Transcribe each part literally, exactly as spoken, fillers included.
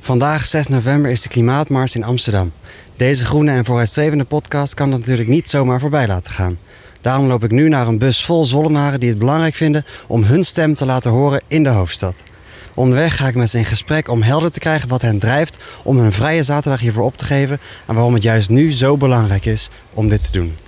Vandaag, zes november, is de Klimaatmars in Amsterdam. Deze groene en vooruitstrevende podcast kan dat natuurlijk niet zomaar voorbij laten gaan. Daarom loop ik nu naar een bus vol Zollenaren die het belangrijk vinden om hun stem te laten horen in de hoofdstad. Onderweg ga ik met ze in gesprek om helder te krijgen wat hen drijft om hun vrije zaterdag hiervoor op te geven en waarom het juist nu zo belangrijk is om dit te doen.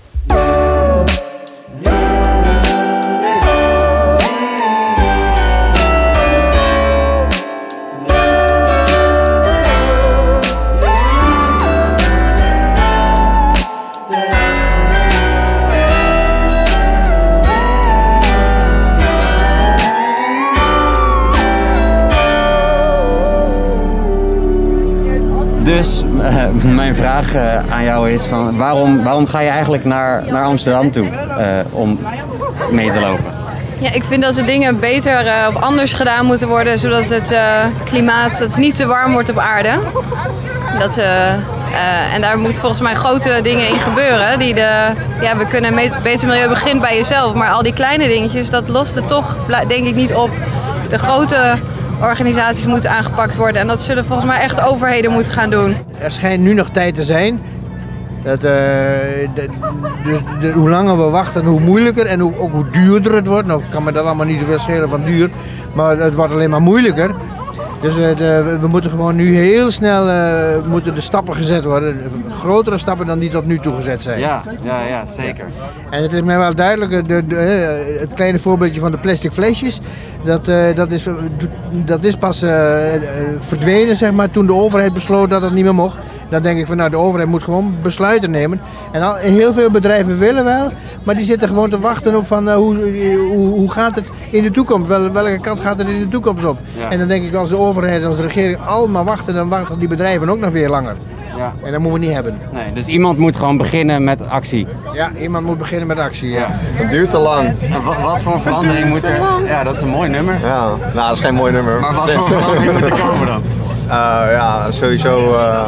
Dus uh, mijn vraag uh, aan jou is van waarom, waarom ga je eigenlijk naar, naar Amsterdam toe uh, om mee te lopen? Ja, ik vind dat de dingen beter uh, of anders gedaan moeten worden, zodat het uh, klimaat dat het niet te warm wordt op aarde. Dat, uh, uh, en daar moeten volgens mij grote dingen in gebeuren. Die de, ja, we kunnen met beter milieu begint bij jezelf, maar al die kleine dingetjes, dat lost het toch denk ik niet op. De grote organisaties moeten aangepakt worden en dat zullen volgens mij echt overheden moeten gaan doen. Er schijnt nu nog tijd te zijn. Dat, uh, de, dus de, hoe langer we wachten, hoe moeilijker en hoe, ook hoe duurder het wordt. Nou kan me dat allemaal niet zoveel schelen van duur, maar het wordt alleen maar moeilijker. Dus uh, de, we moeten gewoon nu heel snel uh, moeten de stappen gezet worden. Grotere stappen dan die tot nu toe gezet zijn. Ja, ja, ja zeker. En het is mij wel duidelijk, de, de, het kleine voorbeeldje van de plastic flesjes, dat, uh, dat, is, dat is pas uh, verdwenen zeg maar, toen de overheid besloot dat het niet meer mocht. Dan denk ik van nou, de overheid moet gewoon besluiten nemen. En al, heel veel bedrijven willen wel, maar die zitten gewoon te wachten op van uh, hoe, hoe, hoe gaat het in de toekomst? Wel, welke kant gaat het in de toekomst op? Ja. En dan denk ik als de overheid en als de regering allemaal wachten, dan wachten die bedrijven ook nog weer langer. Ja. En dat moeten we niet hebben. Nee, dus iemand moet gewoon beginnen met actie. Ja, iemand moet beginnen met actie, ja. Het duurt te lang. En wat, wat voor verandering moet er... Ja, dat is een mooi nummer. Ja, nou dat is geen mooi nummer. Maar wat voor verandering moet er komen dan? Uh, ja, sowieso uh,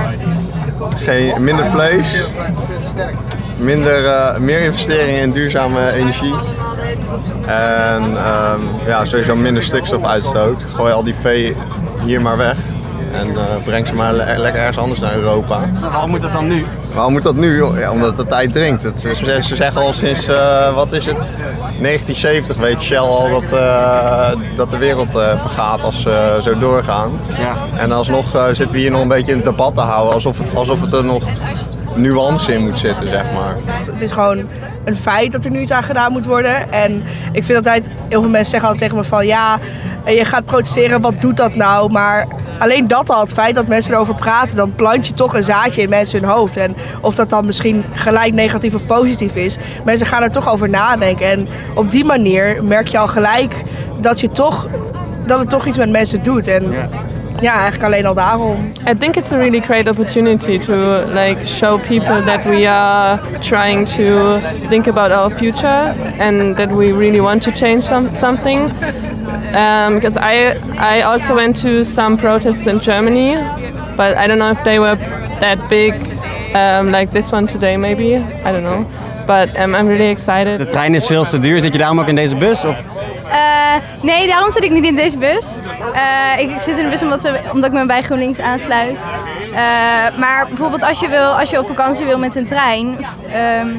geen, minder vlees, minder, uh, meer investeringen in duurzame energie en um, ja, sowieso minder stikstofuitstoot. Gooi al die vee hier maar weg en uh, breng ze maar le- lekker ergens anders naar Europa. Nou, waarom moet dat dan nu? Waarom moet dat nu? Ja, omdat de tijd dringt. Het, ze, ze zeggen al sinds, uh, wat is het, negentien zeventig weet Shell al dat, uh, dat de wereld uh, vergaat als ze uh, zo doorgaan. Ja. En alsnog uh, zitten we hier nog een beetje in het debat te houden, alsof het, alsof het er nog nuance in moet zitten, zeg maar. Het is gewoon een feit dat er nu iets aan gedaan moet worden. En ik vind altijd, heel veel mensen zeggen altijd tegen me van ja, je gaat protesteren, wat doet dat nou? Maar alleen dat al, het feit dat mensen erover praten, dan plant je toch een zaadje in mensen hun hoofd. En of dat dan misschien gelijk negatief of positief is, mensen gaan er toch over nadenken. En op die manier merk je al gelijk dat, je toch, dat het toch iets met mensen doet. En ja. Ja, eigenlijk alleen al daarom. I think it's a really great opportunity to like show people that we are trying to think about our future and that we really want to change some, something. Um, because I I also went to some protests in Germany, but I don't know if they were that big, um, like this one today maybe. I don't know. But um, I'm really excited. De trein is veel te duur. Zit je daarom ook in deze bus? Of? Uh, nee, daarom zit ik niet in deze bus. Uh, ik, ik zit in de bus omdat, we, omdat ik me bij GroenLinks aansluit. Uh, maar bijvoorbeeld als je, wil, als je op vakantie wil met een trein... Um,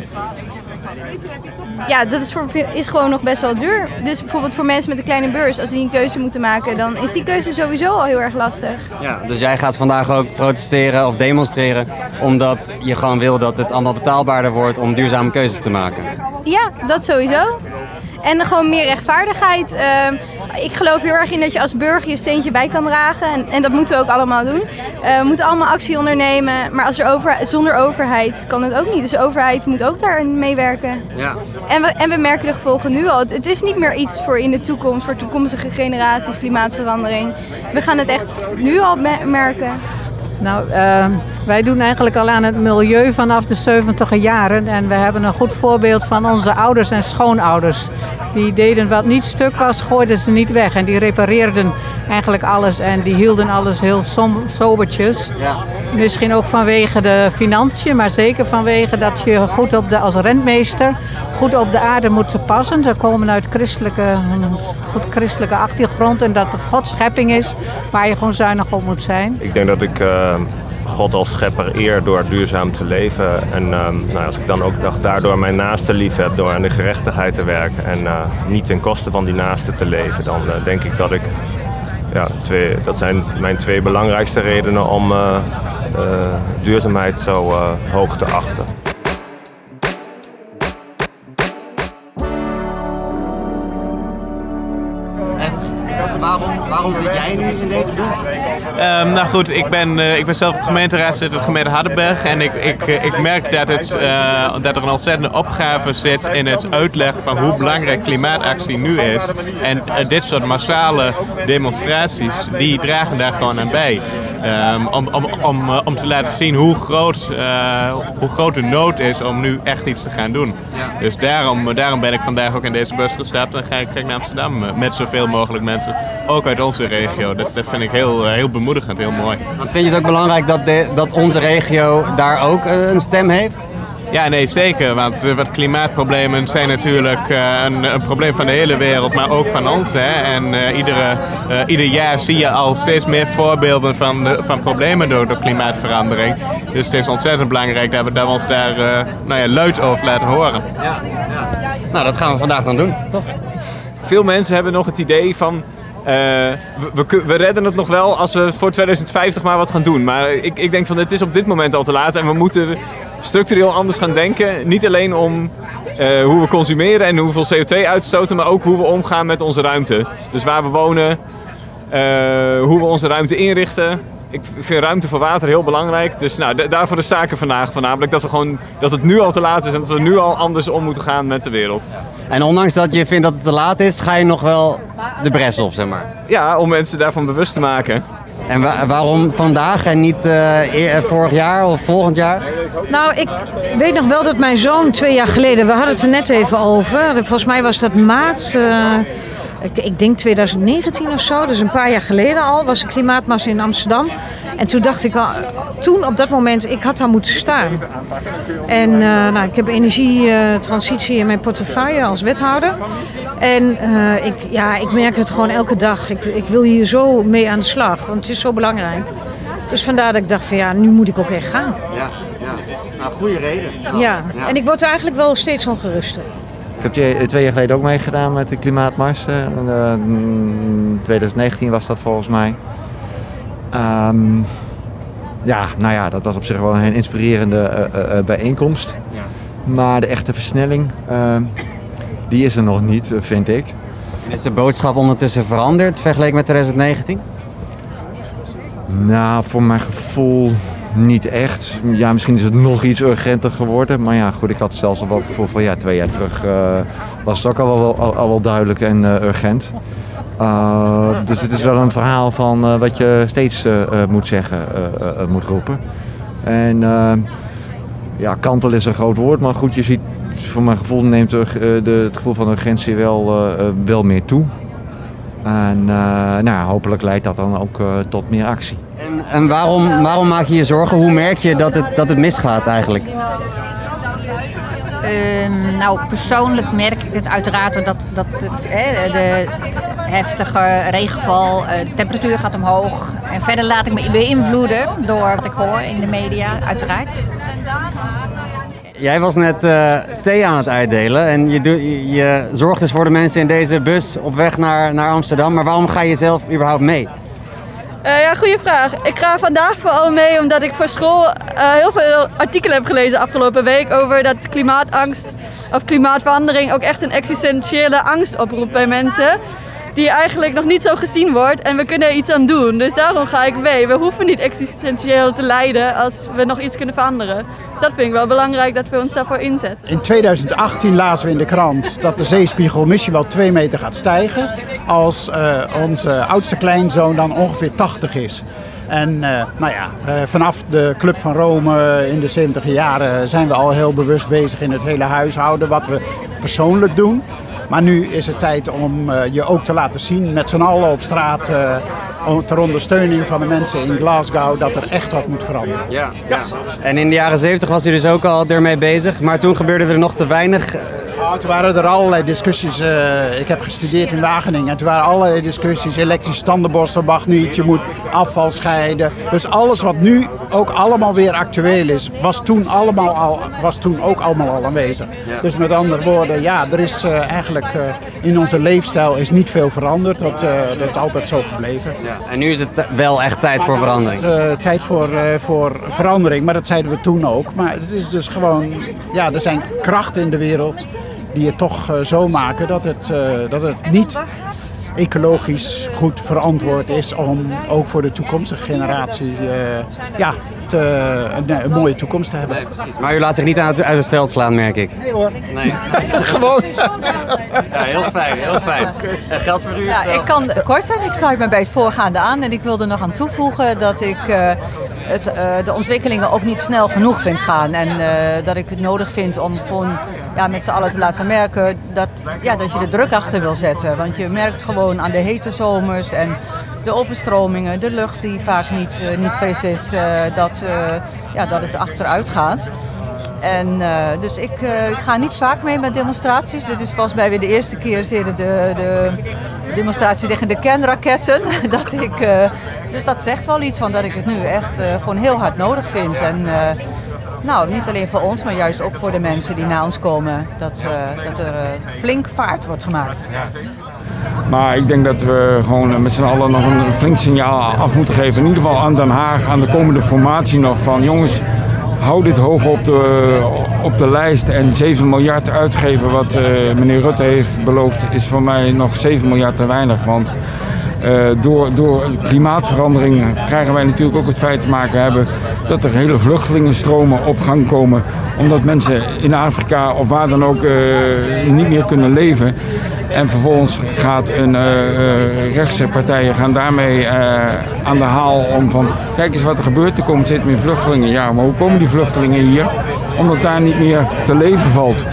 ja, dat is, voor, is gewoon nog best wel duur. Dus bijvoorbeeld voor mensen met een kleine beurs, als die een keuze moeten maken, dan is die keuze sowieso al heel erg lastig. Ja, dus jij gaat vandaag ook protesteren of demonstreren, omdat je gewoon wil dat het allemaal betaalbaarder wordt om duurzame keuzes te maken. Ja, dat sowieso. En gewoon meer rechtvaardigheid. Uh, ik geloof heel erg in dat je als burger je steentje bij kan dragen. En, en dat moeten we ook allemaal doen. Uh, we moeten allemaal actie ondernemen. Maar als er over, zonder overheid kan het ook niet. Dus de overheid moet ook daarin meewerken. Ja. En, we, en we merken de gevolgen nu al. Het, het is niet meer iets voor in de toekomst, voor toekomstige generaties, klimaatverandering. We gaan het echt nu al me- merken. Nou, uh, wij doen eigenlijk al aan het milieu vanaf de zeventiger jaren. En we hebben een goed voorbeeld van onze ouders en schoonouders. Die deden wat niet stuk was, gooiden ze niet weg. En die repareerden eigenlijk alles en die hielden alles heel som- sobertjes. Ja. Misschien ook vanwege de financiën, maar zeker vanwege dat je goed op de, als rentmeester goed op de aarde moet passen. Ze komen uit christelijke, een goed christelijke achtergrond en dat het Gods schepping is waar je gewoon zuinig op moet zijn. Ik denk dat ik uh, God als schepper eer door duurzaam te leven. En uh, nou, als ik dan ook nog daardoor mijn naaste lief heb door aan de gerechtigheid te werken en uh, niet ten koste van die naaste te leven, dan uh, denk ik dat ik... Ja, twee, dat zijn mijn twee belangrijkste redenen om uh, uh, duurzaamheid zo uh, hoog te achten. En waarom, waarom zit jij nu in deze bus? Um, nou goed, ik ben, uh, ik ben zelf gemeenteraadslid in de gemeente Hardenberg en ik, ik, ik merk dat, het, uh, dat er een ontzettende opgave zit in het uitleggen van hoe belangrijk klimaatactie nu is. En uh, dit soort massale demonstraties, die dragen daar gewoon aan bij. Um, om, om, om, uh, om te laten zien hoe groot, uh, hoe groot de nood is om nu echt iets te gaan doen. Ja. Dus daarom, daarom ben ik vandaag ook in deze bus gestapt en ga ik, ga ik naar Amsterdam met zoveel mogelijk mensen. Ook uit onze regio. Dat, dat vind ik heel, heel bemoedigend, heel mooi. Want vind je het ook belangrijk dat, de, dat onze regio daar ook een stem heeft? Ja, nee, zeker. Want uh, wat klimaatproblemen zijn natuurlijk uh, een, een probleem van de hele wereld, maar ook van ons. Hè? En uh, iedere, uh, ieder jaar zie je al steeds meer voorbeelden van, de, van problemen door, door klimaatverandering. Dus het is ontzettend belangrijk dat we, dat we ons daar uh, nou ja, luid over laten horen. Ja, ja. Nou, dat gaan we vandaag dan doen, toch? Veel mensen hebben nog het idee van... Uh, we, we, we redden het nog wel als we voor tweeduizend vijftig maar wat gaan doen. Maar ik, ik denk van het is op dit moment al te laat en we moeten structureel anders gaan denken. Niet alleen om uh, hoe we consumeren en hoeveel C O twee uitstoten, maar ook hoe we omgaan met onze ruimte. Dus waar we wonen, uh, hoe we onze ruimte inrichten. Ik vind ruimte voor water heel belangrijk. Dus nou, d- daarvoor de zaken vandaag voornamelijk. Dat, we gewoon, dat het nu al te laat is en dat we nu al anders om moeten gaan met de wereld. En ondanks dat je vindt dat het te laat is, ga je nog wel de bres op, zeg maar. Ja, om mensen daarvan bewust te maken. En wa- waarom vandaag en niet uh, eer, vorig jaar of volgend jaar? Nou, ik weet nog wel dat mijn zoon twee jaar geleden... We hadden het er net even over. Volgens mij was dat maart... Uh, ik, ik denk twintig negentien of zo. Dus een paar jaar geleden al. Was een klimaatmars in Amsterdam. En toen dacht ik al... Toen op dat moment... Ik had daar moeten staan. En uh, nou, ik heb energietransitie in mijn portefeuille als wethouder. En uh, ik, ja, ik merk het gewoon elke dag. Ik, ik wil hier zo mee aan de slag. Want het is zo belangrijk. Dus vandaar dat ik dacht van ja, nu moet ik ook echt gaan. Ja, ja. Nou, goede reden. Ja. ja, en ik word er eigenlijk wel steeds ongeruster. Ik heb twee jaar geleden ook meegedaan met de klimaatmars. In twintig negentien was dat volgens mij. Um, ja, nou ja, dat was op zich wel een inspirerende uh, uh, bijeenkomst. Ja. Maar de echte versnelling, uh, die is er nog niet, vind ik. Is de boodschap ondertussen veranderd vergeleken met twintig negentien? Nou, voor mijn gevoel niet echt. Ja, misschien is het nog iets urgenter geworden. Maar ja, goed, ik had zelfs al wel het gevoel van ja, twee jaar terug uh, was het ook al wel, al, al wel duidelijk en uh, urgent. Uh, dus het is wel een verhaal van uh, wat je steeds uh, uh, moet zeggen, uh, uh, moet roepen. En uh, ja, kantel is een groot woord, maar goed, je ziet, voor mijn gevoel neemt uh, de, het gevoel van urgentie wel, uh, wel meer toe. En uh, nou, hopelijk leidt dat dan ook uh, tot meer actie. En, en waarom, waarom maak je je zorgen? Hoe merk je dat het, dat het misgaat eigenlijk? Um, nou, persoonlijk merk ik het uiteraard dat, dat het, eh, de heftige regenval, uh, de temperatuur gaat omhoog. En verder laat ik me beïnvloeden door wat ik hoor in de media, uiteraard. Jij was net uh, thee aan het uitdelen en je, doe, je, je zorgt dus voor de mensen in deze bus op weg naar, naar Amsterdam. Maar waarom ga je zelf überhaupt mee? Uh, ja, goede vraag. Ik ga vandaag vooral mee omdat ik voor school uh, heel veel artikelen heb gelezen afgelopen week over dat klimaatangst of klimaatverandering ook echt een existentiële angst oproept bij mensen. Die eigenlijk nog niet zo gezien wordt en we kunnen er iets aan doen. Dus daarom ga ik mee. We hoeven niet existentieel te lijden als we nog iets kunnen veranderen. Dus dat vind ik wel belangrijk dat we ons daarvoor inzetten. In twintig achttien lazen we in de krant dat de zeespiegel misschien wel twee meter gaat stijgen. Als uh, onze oudste kleinzoon dan ongeveer tachtig is. En uh, nou ja, uh, vanaf de Club van Rome in de zeventig jaren zijn we al heel bewust bezig in het hele huishouden. Wat we persoonlijk doen. Maar nu is het tijd om uh, je ook te laten zien met z'n allen op straat uh, ter ondersteuning van de mensen in Glasgow dat er echt wat moet veranderen. Ja, ja. En in de jaren zeventig was u dus ook al ermee bezig, maar toen gebeurde er nog te weinig. Nou, toen waren er allerlei discussies. Uh, ik heb gestudeerd in Wageningen. En toen waren allerlei discussies. Elektrische tandenborstel mag niet. Je moet afval scheiden. Dus alles wat nu ook allemaal weer actueel is, was toen, allemaal al, was toen ook allemaal al aanwezig. Ja. Dus met andere woorden, ja, er is uh, eigenlijk uh, in onze leefstijl is niet veel veranderd. Dat, uh, dat is altijd zo gebleven. Ja. En nu is het wel echt tijd voor verandering. Het is uh, tijd voor, uh, voor verandering, maar dat zeiden we toen ook. Maar het is dus gewoon, ja, er zijn krachten in de wereld die het toch uh, zo maken dat het, uh, dat het niet ecologisch goed verantwoord is om ook voor de toekomstige generatie uh, ja, te, een, een mooie toekomst te hebben. Nee, precies. Maar u laat zich niet uit, uit het veld slaan, merk ik. Nee hoor. Nee. Gewoon. Ja, heel fijn, heel fijn. En geldt voor u ja, ik kan kort zijn, ik sluit me bij het voorgaande aan en ik wilde nog aan toevoegen dat ik uh, het, uh, de ontwikkelingen ook niet snel genoeg vind gaan. En uh, dat ik het nodig vind om gewoon ja, met z'n allen te laten merken dat, ja, dat je de druk achter wil zetten. Want je merkt gewoon aan de hete zomers en de overstromingen, de lucht die vaak niet, uh, niet fris is, uh, dat, uh, ja, dat het achteruit gaat. En uh, dus ik, uh, ik ga niet vaak mee met demonstraties. Dit is volgens mij weer de eerste keer sinds de, de demonstratie tegen de kernraketten. dat ik, uh, dus dat zegt wel iets van dat ik het nu echt uh, gewoon heel hard nodig vind. En uh, nou, niet alleen voor ons, maar juist ook voor de mensen die na ons komen. Dat, uh, dat er uh, flink vaart wordt gemaakt. Maar ik denk dat we gewoon met z'n allen nog een flink signaal af moeten geven. In ieder geval aan Den Haag, aan de komende formatie nog van jongens, hou dit hoog op de, op de lijst en zeven miljard uitgeven wat uh, meneer Rutte heeft beloofd is voor mij nog zeven miljard te weinig. Want uh, door, door klimaatverandering krijgen wij natuurlijk ook het feit te maken hebben dat er hele vluchtelingenstromen op gang komen. Omdat mensen in Afrika of waar dan ook uh, niet meer kunnen leven. En vervolgens gaat een uh, uh, rechtse partijen gaan daarmee uh, aan de haal om van kijk eens wat er gebeurt, er komen steeds meer vluchtelingen. Ja, maar hoe komen die vluchtelingen hier? Omdat daar niet meer te leven valt.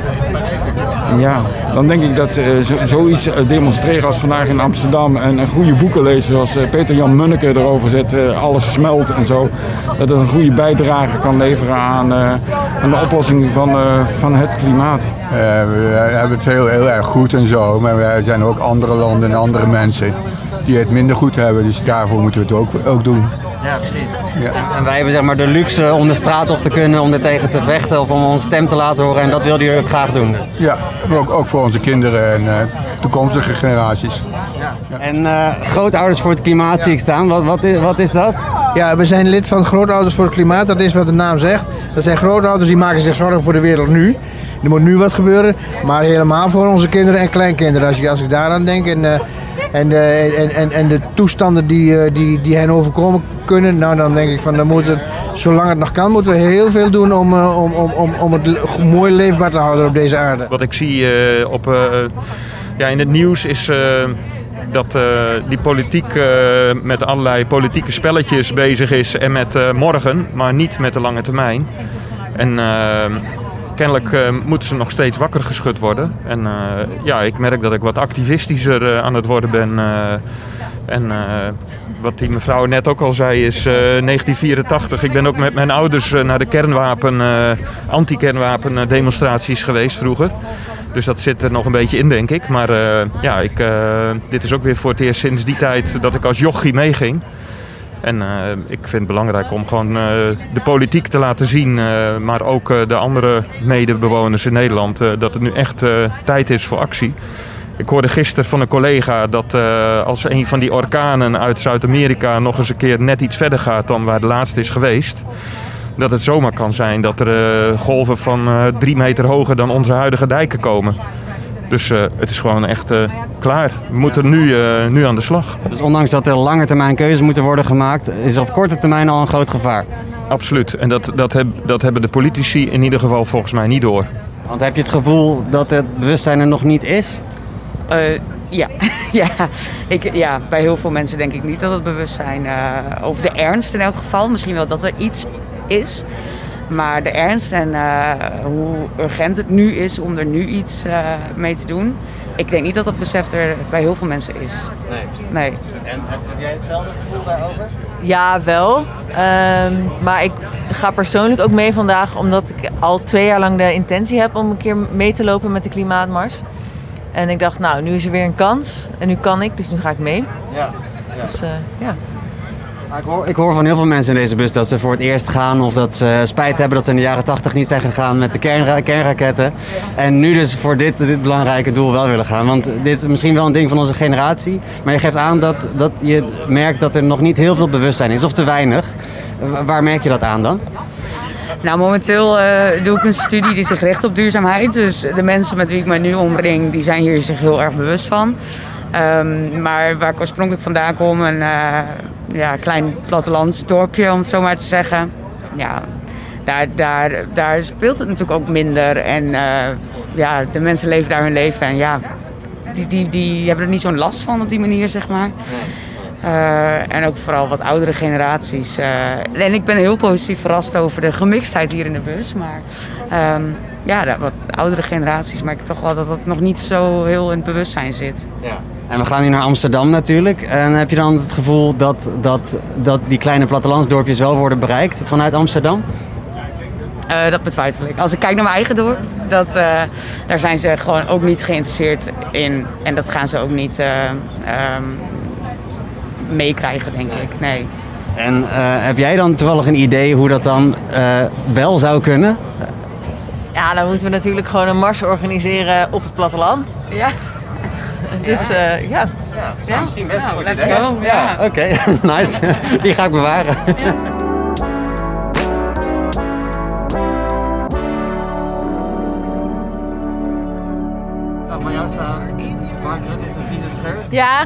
En ja, dan denk ik dat uh, zo, zoiets uh, demonstreren als vandaag in Amsterdam en uh, goede boeken lezen zoals uh, Peter-Jan Munneke erover zet, uh, alles smelt en zo. Dat het een goede bijdrage kan leveren aan, uh, aan de oplossing van, uh, van het klimaat. Uh, we hebben het heel, heel erg goed en zo, maar er zijn ook andere landen en andere mensen die het minder goed hebben. Dus daarvoor moeten we het ook, ook doen. Ja, precies. Ja. En wij hebben zeg maar de luxe om de straat op te kunnen, om er tegen te vechten of om onze stem te laten horen. En dat wilden jullie ook graag doen. Ja, maar ook, ook voor onze kinderen en uh, toekomstige generaties. Ja. Ja. En uh, grootouders voor het klimaat zie ik staan. Wat, wat, is, wat is dat? Ja, we zijn lid van Grootouders voor het Klimaat. Dat is wat de naam zegt. Dat zijn grootouders die maken zich zorgen voor de wereld nu. Er moet nu wat gebeuren, maar helemaal voor onze kinderen en kleinkinderen. Als, je, als ik daaraan denk en, uh, en, uh, en, en, en de toestanden die, uh, die, die hen overkomen kunnen, nou dan denk ik van dan moet het, zolang het nog kan, moeten we heel veel doen om, uh, om, om, om, om het mooi leefbaar te houden op deze aarde. Wat ik zie uh, op, uh, ja, in het nieuws is uh, dat uh, die politiek uh, met allerlei politieke spelletjes bezig is en met uh, morgen, maar niet met de lange termijn. En uh, kennelijk uh, moeten ze nog steeds wakker geschud worden. En uh, ja, ik merk dat ik wat activistischer uh, aan het worden ben. Uh, en uh, wat die mevrouw net ook al zei is uh, negentien vierentachtig. Ik ben ook met mijn ouders uh, naar de kernwapen, uh, anti-kernwapen uh, demonstraties geweest vroeger. Dus dat zit er nog een beetje in, denk ik. Maar uh, ja, ik, uh, dit is ook weer voor het eerst sinds die tijd dat ik als jochie meeging. En uh, ik vind het belangrijk om gewoon uh, de politiek te laten zien, uh, maar ook uh, de andere medebewoners in Nederland, uh, dat het nu echt uh, tijd is voor actie. Ik hoorde gisteren van een collega dat uh, als een van die orkanen uit Zuid-Amerika nog eens een keer net iets verder gaat dan waar de laatste is geweest, dat het zomaar kan zijn dat er uh, golven van uh, drie meter hoger dan onze huidige dijken komen. Dus uh, het is gewoon echt uh, klaar. We moeten nu, uh, nu aan de slag. Dus ondanks dat er lange termijn keuzes moeten worden gemaakt, is er op korte termijn al een groot gevaar? Absoluut. En dat, dat, heb, dat hebben de politici in ieder geval volgens mij niet door. Want heb je het gevoel dat het bewustzijn er nog niet is? Uh, ja. ja. Ik, ja, bij heel veel mensen denk ik niet dat het bewustzijn uh, over de ernst in elk geval. Misschien wel dat er iets is. Maar de ernst en uh, hoe urgent het nu is om er nu iets uh, mee te doen. ik denk niet dat dat besef er bij heel veel mensen is. Nee. Nee. En heb jij hetzelfde gevoel daarover? Ja, wel. Um, maar ik ga persoonlijk ook mee vandaag omdat ik al twee jaar lang de intentie heb om een keer mee te lopen met de klimaatmars. En ik dacht, nou, nu is er weer een kans. En nu kan ik, dus nu ga ik mee. Ja. ja. Dus uh, ja. Ik hoor, ik hoor van heel veel mensen in deze bus dat ze voor het eerst gaan of dat ze spijt hebben dat ze in de jaren tachtig niet zijn gegaan met de kernra- kernraketten. En nu dus voor dit, dit belangrijke doel wel willen gaan. Want dit is misschien wel een ding van onze generatie. Maar je geeft aan dat, dat je merkt dat er nog niet heel veel bewustzijn is of te weinig. Waar merk je dat aan dan? Nou, momenteel uh, doe ik een studie die zich richt op duurzaamheid. Dus de mensen met wie ik me nu omring, die zijn hier zich heel erg bewust van. Um, maar waar ik oorspronkelijk vandaan kom, een uh, ja, klein plattelandsdorpje om het zo maar te zeggen. Ja, daar, daar, daar speelt het natuurlijk ook minder. En uh, ja, de mensen leven daar hun leven. En ja, die, die, die hebben er niet zo'n last van op die manier, zeg maar. Uh, en ook vooral wat oudere generaties. Uh, en ik ben heel positief verrast over de gemixtheid hier in de bus. Maar um, ja, de, wat oudere generaties merk ik toch wel dat dat nog niet zo heel in het bewustzijn zit. Ja. En we gaan nu naar Amsterdam natuurlijk. En heb je dan het gevoel dat, dat, dat die kleine plattelandsdorpjes wel worden bereikt vanuit Amsterdam? Uh, dat betwijfel ik. Als ik kijk naar mijn eigen dorp, dat, uh, daar zijn ze gewoon ook niet geïnteresseerd in. En dat gaan ze ook niet uh, um, meekrijgen, denk ik. Nee. En uh, heb jij dan toevallig een idee hoe dat dan uh, wel zou kunnen? Ja, dan moeten we natuurlijk gewoon een mars organiseren op het platteland. Ja. Dus uh, ja. ja. ja. Misschien best een goed let's idee. go. Ja, oké. Okay. Nice. Die ga ik bewaren. Ja. Zou van jou staan, Mark Rutte is een vieze schurk? Ja,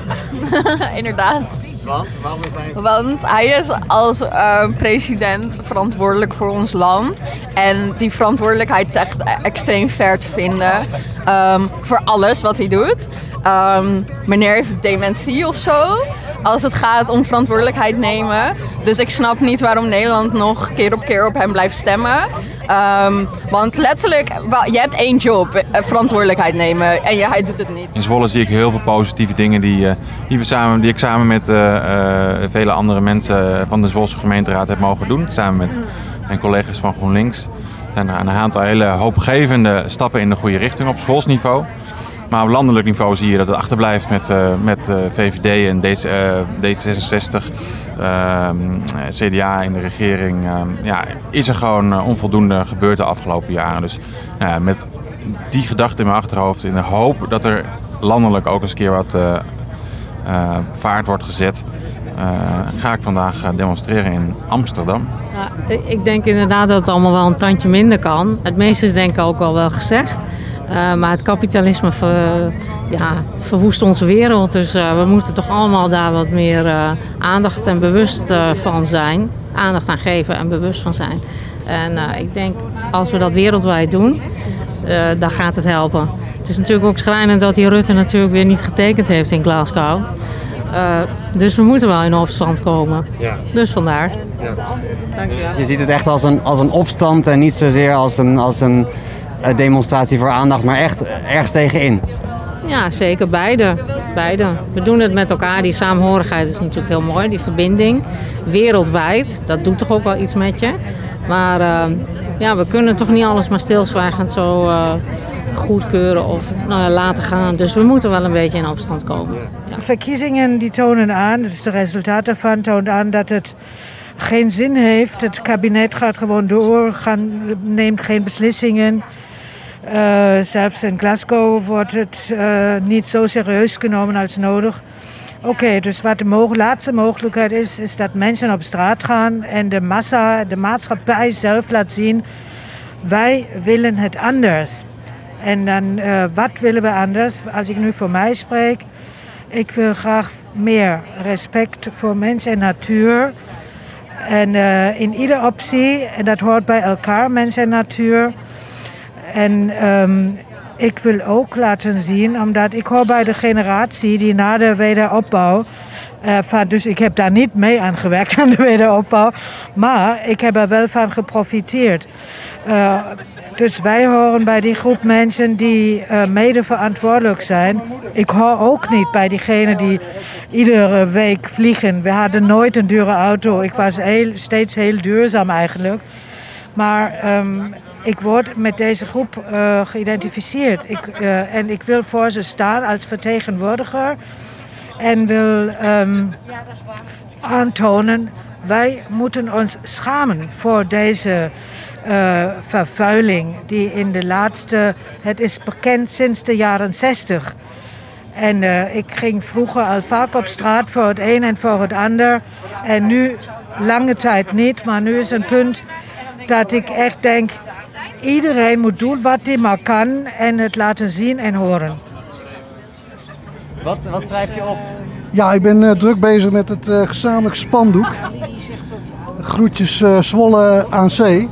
inderdaad. Want? Waarom is hij? Want hij is als uh, president verantwoordelijk voor ons land. En die verantwoordelijkheid is echt extreem ver te vinden. Um, voor alles wat hij doet. Um, meneer heeft dementie of zo. Als het gaat om verantwoordelijkheid nemen. Dus ik snap niet waarom Nederland nog keer op keer op hem blijft stemmen. Um, want letterlijk, je hebt één job, verantwoordelijkheid nemen. En ja, hij doet het niet. In Zwolle zie ik heel veel positieve dingen die, die, we samen, die ik samen met uh, uh, vele andere mensen van de Zwolse gemeenteraad heb mogen doen. Samen met mijn collega's van GroenLinks. Er zijn er een aantal hele hoopgevende stappen in de goede richting op Zwols niveau. Maar op landelijk niveau zie je dat het achterblijft met, uh, met uh, V V D en D zesenzestig, uh, C D A in de regering. Uh, ja, is er gewoon uh, onvoldoende gebeurd de afgelopen jaren. Dus uh, met die gedachte in mijn achterhoofd, in de hoop dat er landelijk ook eens een keer wat uh, uh, vaart wordt gezet, uh, ga ik vandaag uh, demonstreren in Amsterdam. Ja, ik denk inderdaad dat het allemaal wel een tandje minder kan. Het meeste is denk ik ook al wel gezegd. Uh, maar het kapitalisme ver, ja, verwoest onze wereld. Dus uh, we moeten toch allemaal daar wat meer uh, aandacht en bewust uh, van zijn. Aandacht aan geven en bewust van zijn. En uh, ik denk, als we dat wereldwijd doen, uh, dan gaat het helpen. Het is natuurlijk ook schrijnend dat die Rutte natuurlijk weer niet getekend heeft in Glasgow. Uh, dus we moeten wel in opstand komen. Ja. Dus vandaar. Ja. Dankjewel. Je ziet het echt als een, als een opstand en niet zozeer als een... Als een demonstratie voor aandacht, maar echt ergens tegenin. Ja, zeker. Beide. Beide. We doen het met elkaar. Die saamhorigheid is natuurlijk heel mooi. Die verbinding. Wereldwijd. Dat doet toch ook wel iets met je. Maar uh, ja, we kunnen toch niet alles maar stilzwijgend zo uh, goedkeuren of nou, laten gaan. Dus we moeten wel een beetje in opstand komen. Ja. Verkiezingen die tonen aan, dus de resultaat daarvan toont aan dat het geen zin heeft. Het kabinet gaat gewoon door, gaan, neemt geen beslissingen. Uh, zelfs in Glasgow wordt het uh, niet zo serieus genomen als nodig. Oké, okay, dus wat de mo- laatste mogelijkheid is, is dat mensen op straat gaan en de massa, de maatschappij zelf laat zien, wij willen het anders. En dan, uh, wat willen we anders? Als ik nu voor mij spreek, ik wil graag meer respect voor mens en natuur. En uh, in iedere optie, en dat hoort bij elkaar, mens en natuur. En um, ik wil ook laten zien, omdat ik hoor bij de generatie die na de wederopbouw, uh, van, dus ik heb daar niet mee aan gewerkt aan de wederopbouw, maar ik heb er wel van geprofiteerd. Uh, Dus wij horen bij die groep mensen die uh, mede verantwoordelijk zijn. Ik hoor ook niet bij diegenen die iedere week vliegen. We hadden nooit een dure auto. Ik was heel, steeds heel duurzaam eigenlijk. Maar um, ik word met deze groep uh, geïdentificeerd. Ik, uh, en ik wil voor ze staan als vertegenwoordiger. En wil um, aantonen, wij moeten ons schamen voor deze uh, vervuiling. Die in de laatste, het is bekend sinds de jaren zestig. En uh, ik ging vroeger al vaak op straat voor het een en voor het ander. En nu lange tijd niet, maar nu is een punt dat ik echt denk, iedereen moet doen wat hij maar kan en het laten zien en horen. Wat, wat schrijf je op? Ja, ik ben uh, druk bezig met het uh, gezamenlijk spandoek. Groetjes uh, Zwolle aan zee.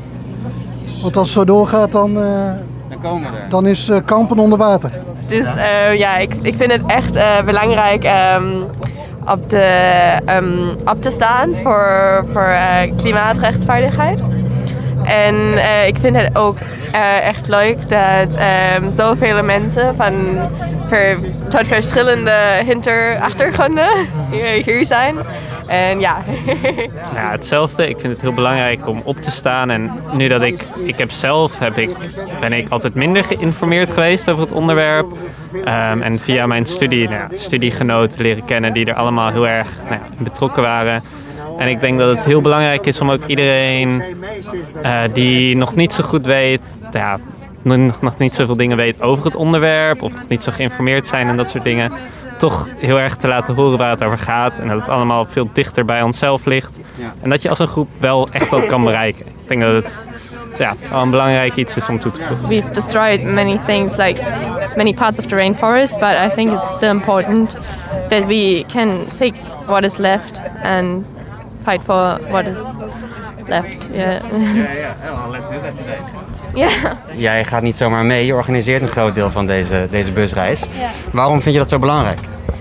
Want als het zo doorgaat, dan, uh, dan, komen we er. dan is uh, Kampen onder water. Dus uh, ja, ik, ik vind het echt uh, belangrijk um, op, de, um, op te staan voor, voor uh, klimaatrechtvaardigheid. En uh, ik vind het ook uh, echt leuk dat um, zoveel mensen van ver, tot verschillende hinter- achtergronden hier, hier zijn. En ja. ja, hetzelfde. Ik vind het heel belangrijk om op te staan. En nu dat ik, ik heb zelf, heb ik, ben ik altijd minder geïnformeerd geweest over het onderwerp. Um, en via mijn studie, nou, studiegenoten leren kennen die er allemaal heel erg nou, betrokken waren. En ik denk dat het heel belangrijk is om ook iedereen uh, die nog niet zo goed weet, ja, nog, nog niet zoveel dingen weet over het onderwerp of nog niet zo geïnformeerd zijn en dat soort dingen, toch heel erg te laten horen waar het over gaat en dat het allemaal veel dichter bij onszelf ligt. Ja. En dat je als een groep wel echt wat kan bereiken. Ik denk dat het ja, wel een belangrijk iets is om toe te voegen. We've destroyed many things, like many parts of the rainforest, but I think it's still important that we can fix what is left and fight for what is left. Yeah. Yeah, yeah. Well, let's do that today. Yeah. Jij gaat niet zomaar mee, je organiseert een groot deel van deze, deze busreis. Ja. Waarom vind je dat zo belangrijk?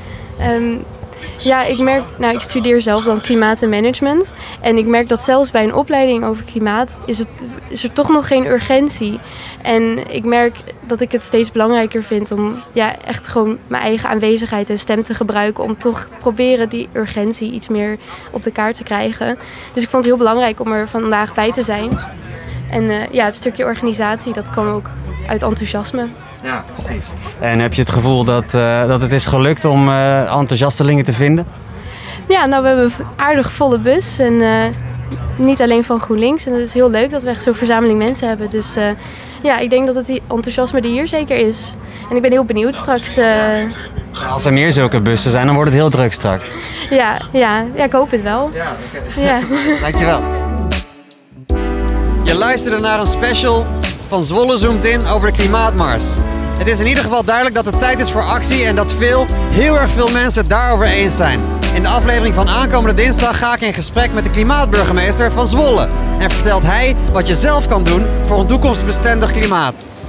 Um, ja, ik merk, nou ik studeer zelf dan klimaat en management. En ik merk dat zelfs bij een opleiding over klimaat is, het, is er toch nog geen urgentie. En ik merk dat ik het steeds belangrijker vind om ja, echt gewoon mijn eigen aanwezigheid en stem te gebruiken. Om toch proberen die urgentie iets meer op de kaart te krijgen. Dus ik vond het heel belangrijk om er vandaag bij te zijn. En uh, ja, het stukje organisatie, dat kwam ook uit enthousiasme. Ja, precies. En heb je het gevoel dat, uh, dat het is gelukt om uh, enthousiastelingen te vinden? Ja, nou we hebben een aardig volle bus. En uh, niet alleen van GroenLinks. En het is heel leuk dat we echt zo'n verzameling mensen hebben. Dus uh, ja, ik denk dat het die enthousiasme er hier zeker is. En ik ben heel benieuwd straks. Uh... Als er meer zulke bussen zijn, dan wordt het heel druk straks. Ja, ja, ja ik hoop het wel. Ja, okay. Ja. Dankjewel. Je luisterde naar een special van Zwolle Zoomt In over de klimaatmars. Het is in ieder geval duidelijk dat het tijd is voor actie en dat veel, heel erg veel mensen het daarover eens zijn. In de aflevering van aankomende dinsdag ga ik in gesprek met de klimaatburgemeester van Zwolle. En vertelt hij wat je zelf kan doen voor een toekomstbestendig klimaat.